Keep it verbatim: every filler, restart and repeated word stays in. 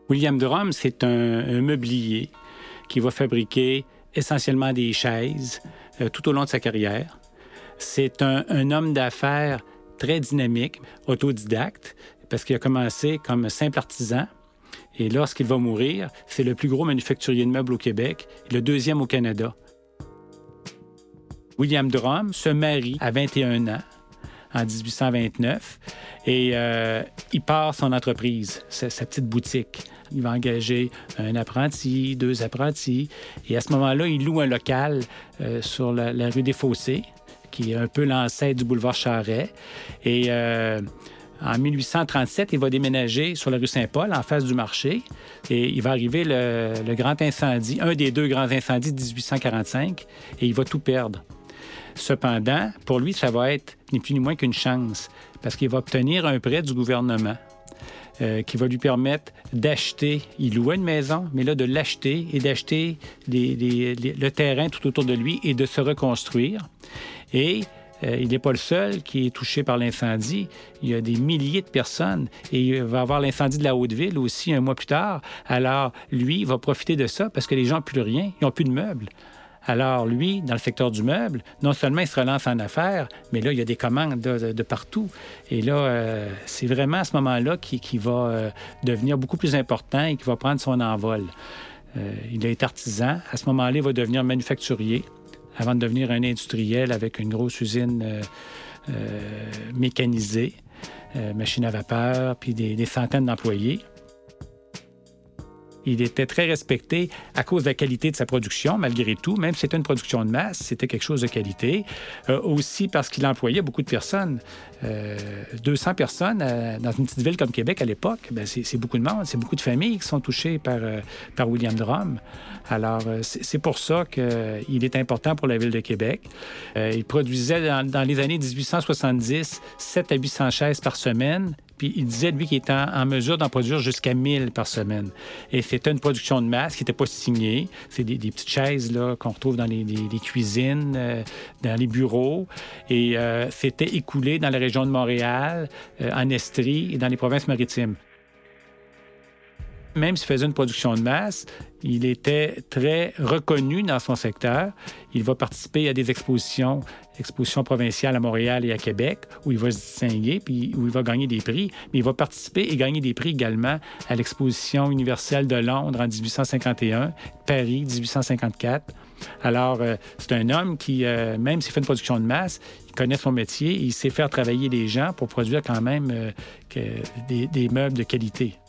William Drumm, c'est un, un meublier qui va fabriquer essentiellement des chaises euh, tout au long de sa carrière. C'est un, un homme d'affaires très dynamique, autodidacte, parce qu'il a commencé comme simple artisan. Et lorsqu'il va mourir, c'est le plus gros manufacturier de meubles au Québec et le deuxième au Canada. William Drumm se marie à vingt et un ans, en dix-huit cent vingt-neuf, et euh, il part son entreprise, sa, sa petite boutique. Il va engager un apprenti, deux apprentis, et à ce moment-là, il loue un local euh, sur la, la rue des Fossés, qui est un peu l'ancêtre du boulevard Charest. Et euh, en mille huit cent trente-sept, il va déménager sur la rue Saint-Paul, en face du marché, et il va arriver le, le grand incendie, un des deux grands incendies de dix-huit cent quarante-cinq, et il va tout perdre. Cependant, pour lui, ça va être ni plus ni moins qu'une chance, parce qu'il va obtenir un prêt du gouvernement euh, qui va lui permettre d'acheter. Il louait une maison, mais là, de l'acheter et d'acheter les, les, les, le terrain tout autour de lui et de se reconstruire. Et euh, il n'est pas le seul qui est touché par l'incendie. Il y a des milliers de personnes. Et il va y avoir l'incendie de la Haute-Ville aussi un mois plus tard. Alors, lui, il va profiter de ça parce que les gens n'ont plus rien, ils n'ont plus de meubles. Alors, lui, dans le secteur du meuble, non seulement il se relance en affaires, mais là, il y a des commandes de, de, de partout. Et là, euh, c'est vraiment à ce moment-là qu'il, qu'il va euh, devenir beaucoup plus important et qu'il va prendre son envol. Euh, il est artisan. À ce moment-là, il va devenir manufacturier avant de devenir un industriel avec une grosse usine euh, euh, mécanisée, euh, machine à vapeur, puis des, des centaines d'employés. Il était très respecté à cause de la qualité de sa production, malgré tout. Même si c'était une production de masse, c'était quelque chose de qualité. Euh, aussi parce qu'il employait beaucoup de personnes. Euh, deux cents personnes euh, dans une petite ville comme Québec à l'époque, bien, c'est, c'est beaucoup de monde. C'est beaucoup de familles qui sont touchées par, euh, par William Drumm. Alors, euh, c'est, c'est pour ça qu'il est important pour la ville de Québec. Euh, il produisait dans, dans les années dix-huit cent soixante-dix sept à huit cents chaises par semaine. Puis il disait, lui, qu'il était en, en mesure d'en produire jusqu'à mille par semaine. Et c'était une production de masse qui n'était pas signée. C'est des, des petites chaises là, qu'on retrouve dans les, les, les cuisines, euh, dans les bureaux. Et euh, c'était écoulé dans la région de Montréal, euh, en Estrie et dans les provinces maritimes. Même s'il faisait une production de masse, il était très reconnu dans son secteur. Il va participer à des expositions, expositions provinciales à Montréal et à Québec, où il va se distinguer, puis où il va gagner des prix. Mais il va participer et gagner des prix également à l'exposition universelle de Londres en dix-huit cent cinquante et un, Paris dix-huit cent cinquante-quatre. Alors, euh, c'est un homme qui, euh, même s'il fait une production de masse, il connaît son métier et il sait faire travailler les gens pour produire quand même euh, que des, des meubles de qualité.